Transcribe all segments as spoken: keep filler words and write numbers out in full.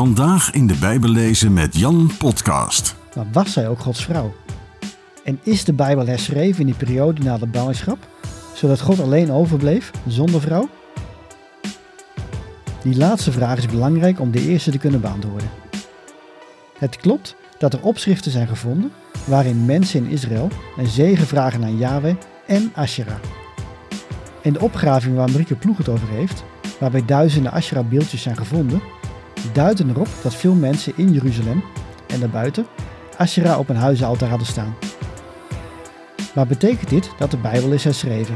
Vandaag in de Bijbel lezen met Jan Podcast. Maar was zij ook Gods vrouw? En is de Bijbel herschreven in die periode na de ballingschap, zodat God alleen overbleef zonder vrouw? Die laatste vraag is belangrijk om de eerste te kunnen beantwoorden. Het klopt dat er opschriften zijn gevonden waarin mensen in Israël een zegen vragen aan Yahweh en Asherah. In de opgraving waar Marieke Ploeg het over heeft, waarbij duizenden Asherah-beeldjes zijn gevonden, duiden erop dat veel mensen in Jeruzalem en daarbuiten Asherah op een huizenaltaar hadden staan. Maar betekent dit dat de Bijbel is herschreven?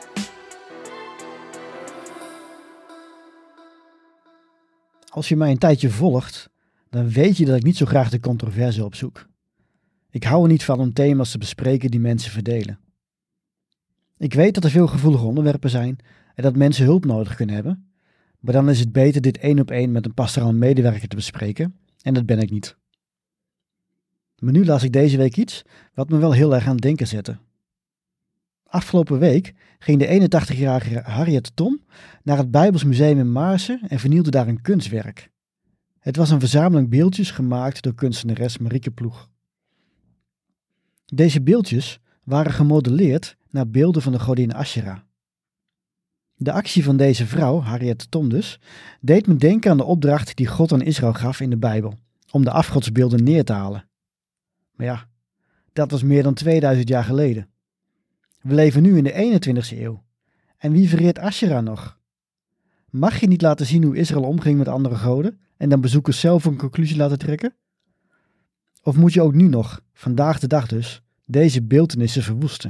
Als je mij een tijdje volgt, dan weet je dat ik niet zo graag de controverse opzoek. Ik hou er niet van om thema's te bespreken die mensen verdelen. Ik weet dat er veel gevoelige onderwerpen zijn en dat mensen hulp nodig kunnen hebben, maar dan is het beter dit één op één met een pastoraal medewerker te bespreken, en dat ben ik niet. Maar nu las ik deze week iets wat me wel heel erg aan het denken zette. Afgelopen week ging de eenentachtigjarige Harriet Tom naar het Bijbels Museum in Maarsen en vernielde daar een kunstwerk. Het was een verzameling beeldjes gemaakt door kunstenares Marieke Ploeg. Deze beeldjes waren gemodelleerd naar beelden van de godin Asherah. De actie van deze vrouw, Harriet Tom dus, deed me denken aan de opdracht die God aan Israël gaf in de Bijbel, om de afgodsbeelden neer te halen. Maar ja, dat was meer dan tweeduizend jaar geleden. We leven nu in de eenentwintigste eeuw. En wie vereert Asherah nog? Mag je niet laten zien hoe Israël omging met andere goden en dan bezoekers zelf een conclusie laten trekken? Of moet je ook nu nog, vandaag de dag dus, deze beeltenissen verwoesten?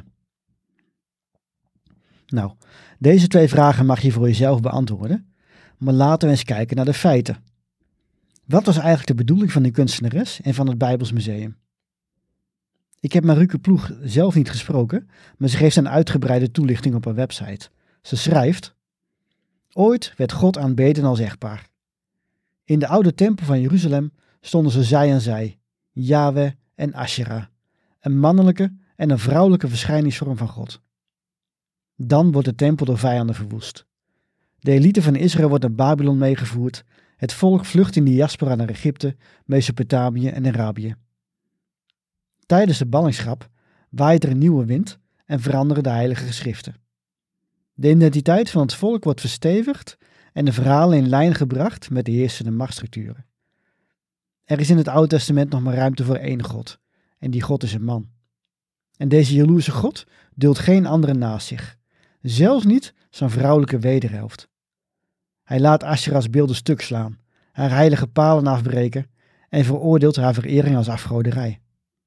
Nou, deze twee vragen mag je voor jezelf beantwoorden, maar laten we eens kijken naar de feiten. Wat was eigenlijk de bedoeling van die kunstenares en van het Bijbels Museum? Ik heb Marieke Ploeg zelf niet gesproken, maar ze geeft een uitgebreide toelichting op haar website. Ze schrijft: Ooit werd God aanbeden als echtpaar. In de oude tempel van Jeruzalem stonden ze zij aan zij, Yahweh en Asherah, een mannelijke en een vrouwelijke verschijningsvorm van God. Dan wordt de tempel door vijanden verwoest. De elite van Israël wordt naar Babylon meegevoerd, het volk vlucht in diaspora naar Egypte, Mesopotamië en Arabië. Tijdens de ballingschap waait er een nieuwe wind en veranderen de heilige geschriften. De identiteit van het volk wordt verstevigd en de verhalen in lijn gebracht met de heersende machtsstructuren. Er is in het Oude Testament nog maar ruimte voor één God, en die God is een man. En deze jaloerse God duldt geen andere naast zich, zelfs niet zijn vrouwelijke wederhelft. Hij laat Asherah's beelden stuk slaan, haar heilige palen afbreken en veroordeelt haar verering als afgoderij.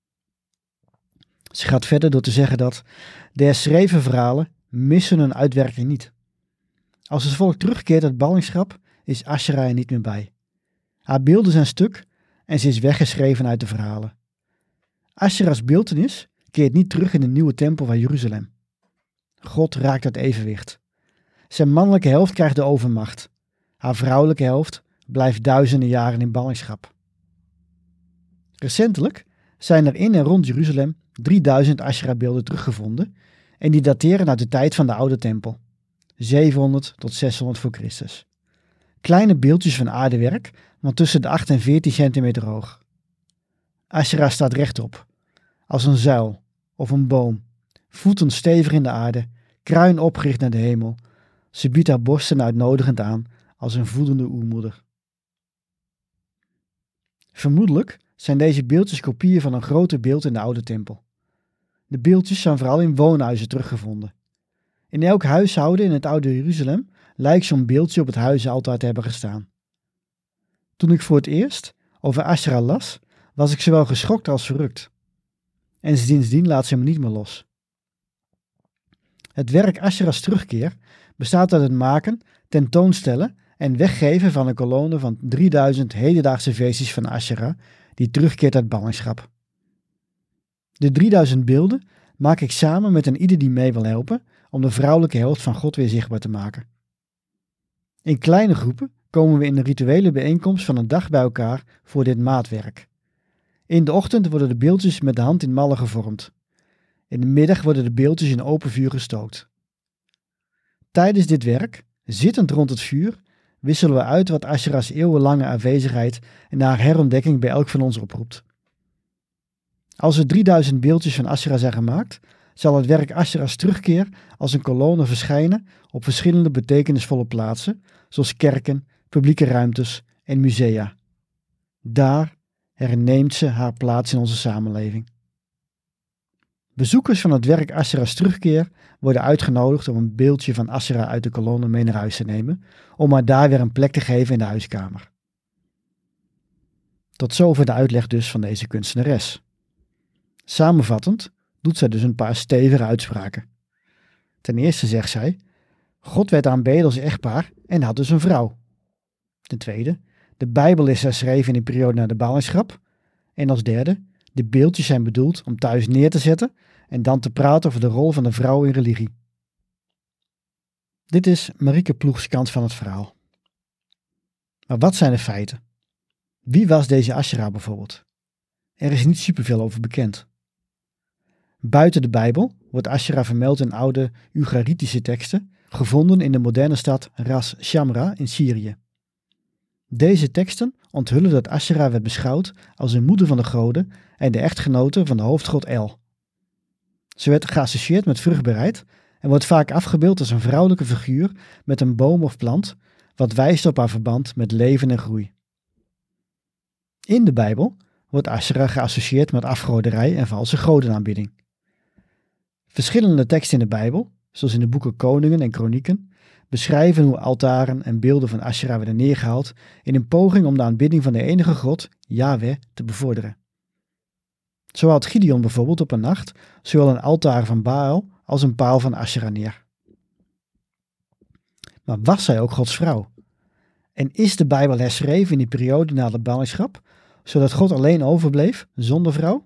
Ze gaat verder door te zeggen dat de herschreven verhalen missen hun uitwerking niet. Als het volk terugkeert uit ballingschap, is Asherah er niet meer bij. Haar beelden zijn stuk en ze is weggeschreven uit de verhalen. Asherah's beeltenis keert niet terug in de nieuwe tempel van Jeruzalem. God raakt het evenwicht. Zijn mannelijke helft krijgt de overmacht. Haar vrouwelijke helft blijft duizenden jaren in ballingschap. Recentelijk zijn er in en rond Jeruzalem drieduizend Asherah-beelden teruggevonden en die dateren uit de tijd van de oude tempel, zevenhonderd tot zeshonderd voor Christus. Kleine beeldjes van aardewerk, van tussen de acht en veertien centimeter hoog. Asherah staat rechtop, als een zuil of een boom, voeten stevig in de aarde, kruin opgericht naar de hemel. Ze biedt haar borsten uitnodigend aan als een voedende oermoeder. Vermoedelijk zijn deze beeldjes kopieën van een groter beeld in de oude tempel. De beeldjes zijn vooral in woonhuizen teruggevonden. In elk huishouden in het oude Jeruzalem lijkt zo'n beeldje op het huizenaltaar te hebben gestaan. Toen ik voor het eerst over Asherah las, was ik zowel geschokt als verrukt. En sindsdien laat ze me niet meer los. Het werk Asherah's terugkeer bestaat uit het maken, tentoonstellen en weggeven van een kolonne van drieduizend hedendaagse versies van Asherah die terugkeert uit ballingschap. De drieduizend beelden maak ik samen met een ieder die mee wil helpen om de vrouwelijke helft van God weer zichtbaar te maken. In kleine groepen komen we in de rituele bijeenkomst van een dag bij elkaar voor dit maatwerk. In de ochtend worden de beeldjes met de hand in mallen gevormd. In de middag worden de beeldjes in open vuur gestookt. Tijdens dit werk, zittend rond het vuur, wisselen we uit wat Asherah's eeuwenlange aanwezigheid en haar herontdekking bij elk van ons oproept. Als er drieduizend beeldjes van Asherah zijn gemaakt, zal het werk Asherah's terugkeer als een kolonne verschijnen op verschillende betekenisvolle plaatsen, zoals kerken, publieke ruimtes en musea. Daar herneemt ze haar plaats in onze samenleving. Bezoekers van het werk Asherah's terugkeer worden uitgenodigd om een beeldje van Asherah uit de kolonne mee naar huis te nemen, om haar daar weer een plek te geven in de huiskamer. Tot zover de uitleg dus van deze kunstenares. Samenvattend doet zij dus een paar stevige uitspraken. Ten eerste zegt zij: God werd aanbeden als echtpaar en had dus een vrouw. Ten tweede, de Bijbel is herschreven in een periode na de ballingschap. En als derde, de beeldjes zijn bedoeld om thuis neer te zetten en dan te praten over de rol van de vrouw in religie. Dit is Marieke Ploegs kant van het verhaal. Maar wat zijn de feiten? Wie was deze Asherah bijvoorbeeld? Er is niet superveel over bekend. Buiten de Bijbel wordt Asherah vermeld in oude Ugaritische teksten, gevonden in de moderne stad Ras Shamra in Syrië. Deze teksten onthullen dat Asherah werd beschouwd als een moeder van de goden en de echtgenote van de hoofdgod El. Ze werd geassocieerd met vruchtbaarheid en wordt vaak afgebeeld als een vrouwelijke figuur met een boom of plant, wat wijst op haar verband met leven en groei. In de Bijbel wordt Asherah geassocieerd met afgoderij en valse godenaanbidding. Verschillende teksten in de Bijbel, zoals in de boeken Koningen en Kronieken, beschrijven hoe altaren en beelden van Asherah werden neergehaald in een poging om de aanbidding van de enige God, Yahweh, te bevorderen. Zo had Gideon bijvoorbeeld op een nacht zowel een altaar van Baal als een paal van Asherah neer. Maar was zij ook Gods vrouw? En is de Bijbel herschreven in die periode na de ballingschap, zodat God alleen overbleef zonder vrouw?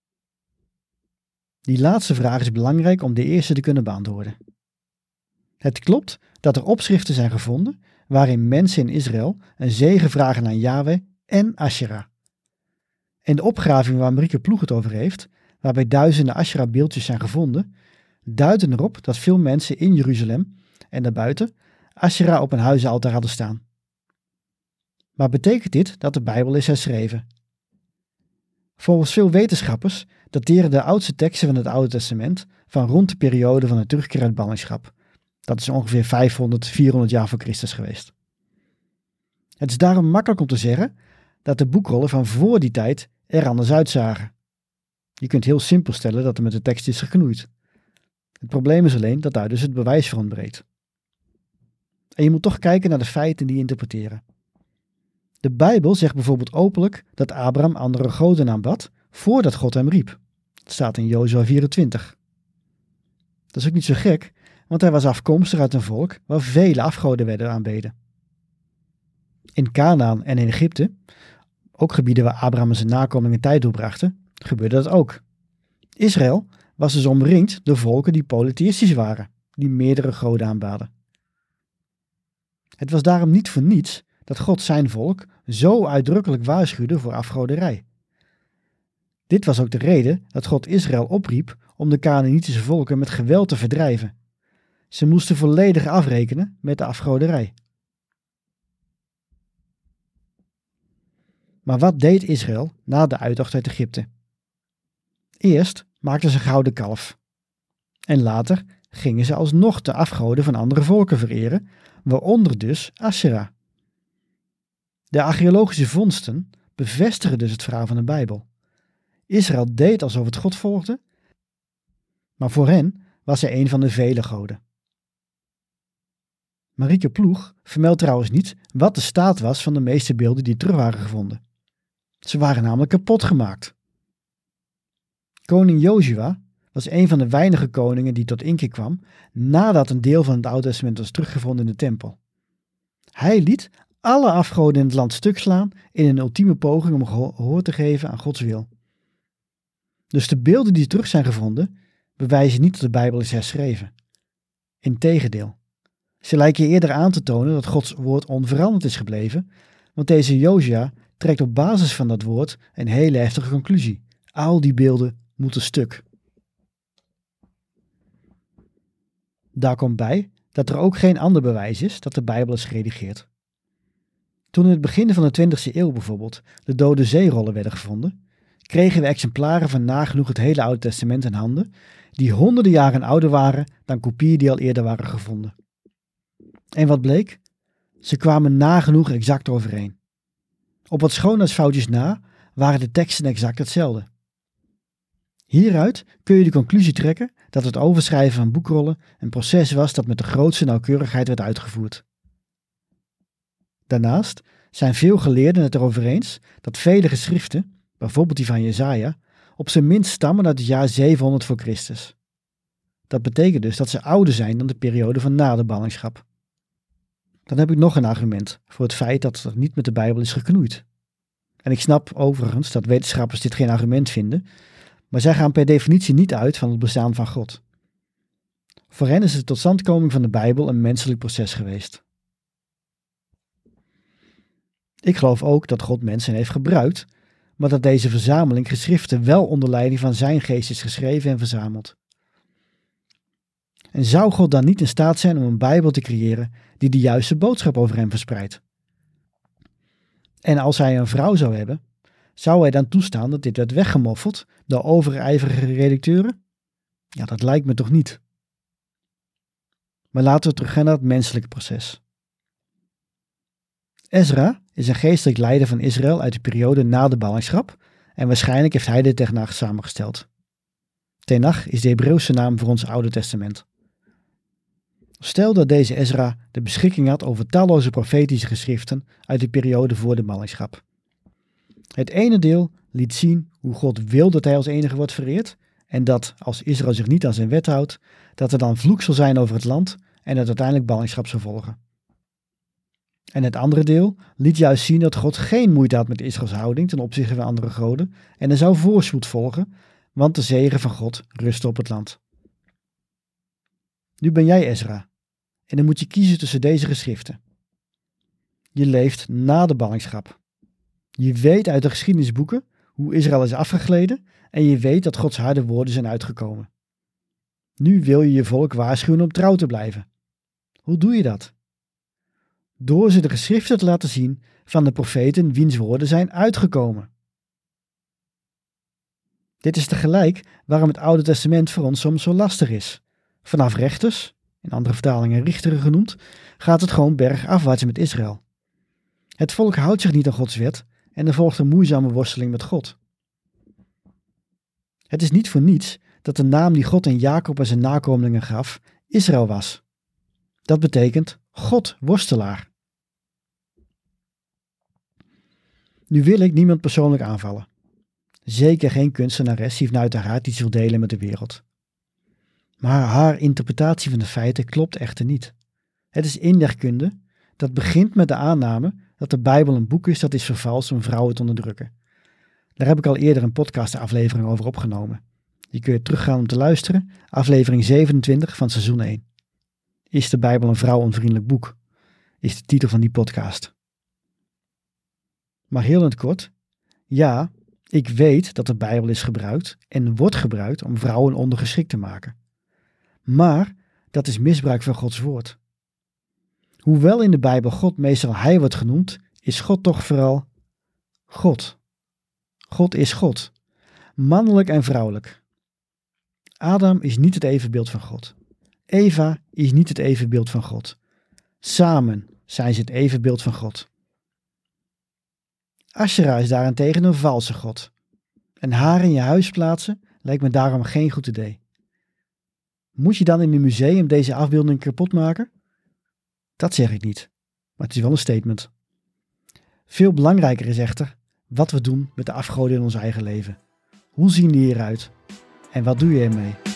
Die laatste vraag is belangrijk om de eerste te kunnen beantwoorden. Het klopt dat er opschriften zijn gevonden waarin mensen in Israël een zegen vragen aan Yahweh en Asherah. En de opgraving waar Marieke Ploeg het over heeft, waarbij duizenden Asherah-beeldjes zijn gevonden, duiden erop dat veel mensen in Jeruzalem en daarbuiten Asherah op een huizenaltaar hadden staan. Maar betekent dit dat de Bijbel is herschreven? Volgens veel wetenschappers dateren de oudste teksten van het Oude Testament van rond de periode van de terugkeer uit ballingschap. Dat is ongeveer vijfhonderd, vierhonderd jaar voor Christus geweest. Het is daarom makkelijk om te zeggen dat de boekrollen van voor die tijd er anders uitzagen. Je kunt heel simpel stellen dat er met de tekst is geknoeid. Het probleem is alleen dat daar dus het bewijs voor ontbreekt. En je moet toch kijken naar de feiten die interpreteren. De Bijbel zegt bijvoorbeeld openlijk dat Abraham andere goden aanbad voordat God hem riep. Dat staat in Jozua vierentwintig. Dat is ook niet zo gek, want hij was afkomstig uit een volk waar vele afgoden werden aanbeden. In Kanaan en in Egypte, ook gebieden waar Abraham en zijn nakomelingen tijd doorbrachten, gebeurde dat ook. Israël was dus omringd door volken die polytheïstisch waren, die meerdere goden aanbaden. Het was daarom niet voor niets dat God zijn volk zo uitdrukkelijk waarschuwde voor afgoderij. Dit was ook de reden dat God Israël opriep om de Kanaanitische volken met geweld te verdrijven. Ze moesten volledig afrekenen met de afgoderij. Maar wat deed Israël na de uittocht uit Egypte? Eerst maakten ze een gouden kalf. En later gingen ze alsnog de afgoden van andere volken vereren, waaronder dus Asherah. De archeologische vondsten bevestigen dus het verhaal van de Bijbel. Israël deed alsof het God volgde, maar voor hen was hij een van de vele goden. Marieke Ploeg vermeldt trouwens niet wat de staat was van de meeste beelden die terug waren gevonden. Ze waren namelijk kapot gemaakt. Koning Jozua was een van de weinige koningen die tot inkeer kwam nadat een deel van het Oude Testament was teruggevonden in de tempel. Hij liet alle afgoden in het land stuk slaan in een ultieme poging om gehoor te geven aan Gods wil. Dus de beelden die terug zijn gevonden bewijzen niet dat de Bijbel is herschreven. Integendeel. Ze lijken eerder aan te tonen dat Gods woord onveranderd is gebleven, want deze Jozua trekt op basis van dat woord een hele heftige conclusie. Al die beelden moeten stuk. Daar komt bij dat er ook geen ander bewijs is dat de Bijbel is geredigeerd. Toen in het begin van de twintigste eeuw bijvoorbeeld de Dode Zeerollen werden gevonden, kregen we exemplaren van nagenoeg het hele Oude Testament in handen, die honderden jaren ouder waren dan kopieën die al eerder waren gevonden. En wat bleek? Ze kwamen nagenoeg exact overeen. Op wat schoonheidsfoutjes na waren de teksten exact hetzelfde. Hieruit kun je de conclusie trekken dat het overschrijven van boekrollen een proces was dat met de grootste nauwkeurigheid werd uitgevoerd. Daarnaast zijn veel geleerden het erover eens dat vele geschriften, bijvoorbeeld die van Jesaja, op zijn minst stammen uit het jaar zevenhonderd voor Christus. Dat betekent dus dat ze ouder zijn dan de periode van na de ballingschap. Dan heb ik nog een argument voor het feit dat er niet met de Bijbel is geknoeid. En ik snap overigens dat wetenschappers dit geen argument vinden, maar zij gaan per definitie niet uit van het bestaan van God. Voor hen is de totstandkoming van de Bijbel een menselijk proces geweest. Ik geloof ook dat God mensen heeft gebruikt, maar dat deze verzameling geschriften wel onder leiding van zijn geest is geschreven en verzameld. En zou God dan niet in staat zijn om een Bijbel te creëren die de juiste boodschap over hem verspreidt? En als hij een vrouw zou hebben, zou hij dan toestaan dat dit werd weggemoffeld door overijverige redacteuren? Ja, dat lijkt me toch niet. Maar laten we teruggaan naar het menselijke proces. Ezra is een geestelijk leider van Israël uit de periode na de ballingschap en waarschijnlijk heeft hij de Tenach samengesteld. Tenach is de Hebreeuwse naam voor ons Oude Testament. Stel dat deze Ezra de beschikking had over talloze profetische geschriften uit de periode voor de ballingschap. Het ene deel liet zien hoe God wil dat hij als enige wordt vereerd en dat, als Israël zich niet aan zijn wet houdt, dat er dan vloek zal zijn over het land en dat uiteindelijk ballingschap zal volgen. En het andere deel liet juist zien dat God geen moeite had met Israëls houding ten opzichte van andere goden en er zou voorspoed volgen, want de zegen van God rustte op het land. Nu ben jij Ezra en dan moet je kiezen tussen deze geschriften. Je leeft na de ballingschap. Je weet uit de geschiedenisboeken hoe Israël is afgegleden en je weet dat Gods harde woorden zijn uitgekomen. Nu wil je je volk waarschuwen om trouw te blijven. Hoe doe je dat? Door ze de geschriften te laten zien van de profeten wiens woorden zijn uitgekomen. Dit is tegelijk waarom het Oude Testament voor ons soms zo lastig is. Vanaf rechters, in andere vertalingen richteren genoemd, gaat het gewoon bergafwaarts met Israël. Het volk houdt zich niet aan Gods wet en er volgt een moeizame worsteling met God. Het is niet voor niets dat de naam die God aan Jacob en zijn nakomelingen gaf, Israël was. Dat betekent God worstelaar. Nu wil ik niemand persoonlijk aanvallen. Zeker geen kunstenares die vanuit haar hart iets wil delen met de wereld. Maar haar interpretatie van de feiten klopt echter niet. Het is inlegkunde dat begint met de aanname dat de Bijbel een boek is dat is vervalst om vrouwen te onderdrukken. Daar heb ik al eerder een podcastaflevering over opgenomen. Die kun je teruggaan om te luisteren, aflevering zevenentwintig van seizoen één. Is de Bijbel een vrouwonvriendelijk boek? Is de titel van die podcast. Maar heel in het kort, ja, ik weet dat de Bijbel is gebruikt en wordt gebruikt om vrouwen ondergeschikt te maken. Maar dat is misbruik van Gods woord. Hoewel in de Bijbel God meestal Hij wordt genoemd, is God toch vooral God. God is God, mannelijk en vrouwelijk. Adam is niet het evenbeeld van God. Eva is niet het evenbeeld van God. Samen zijn ze het evenbeeld van God. Asherah is daarentegen een valse god. En haar in je huis plaatsen lijkt me daarom geen goed idee. Moet je dan in een museum deze afbeelding kapot maken? Dat zeg ik niet, maar het is wel een statement. Veel belangrijker is echter wat we doen met de afgoden in ons eigen leven. Hoe zien die eruit? En wat doe je ermee?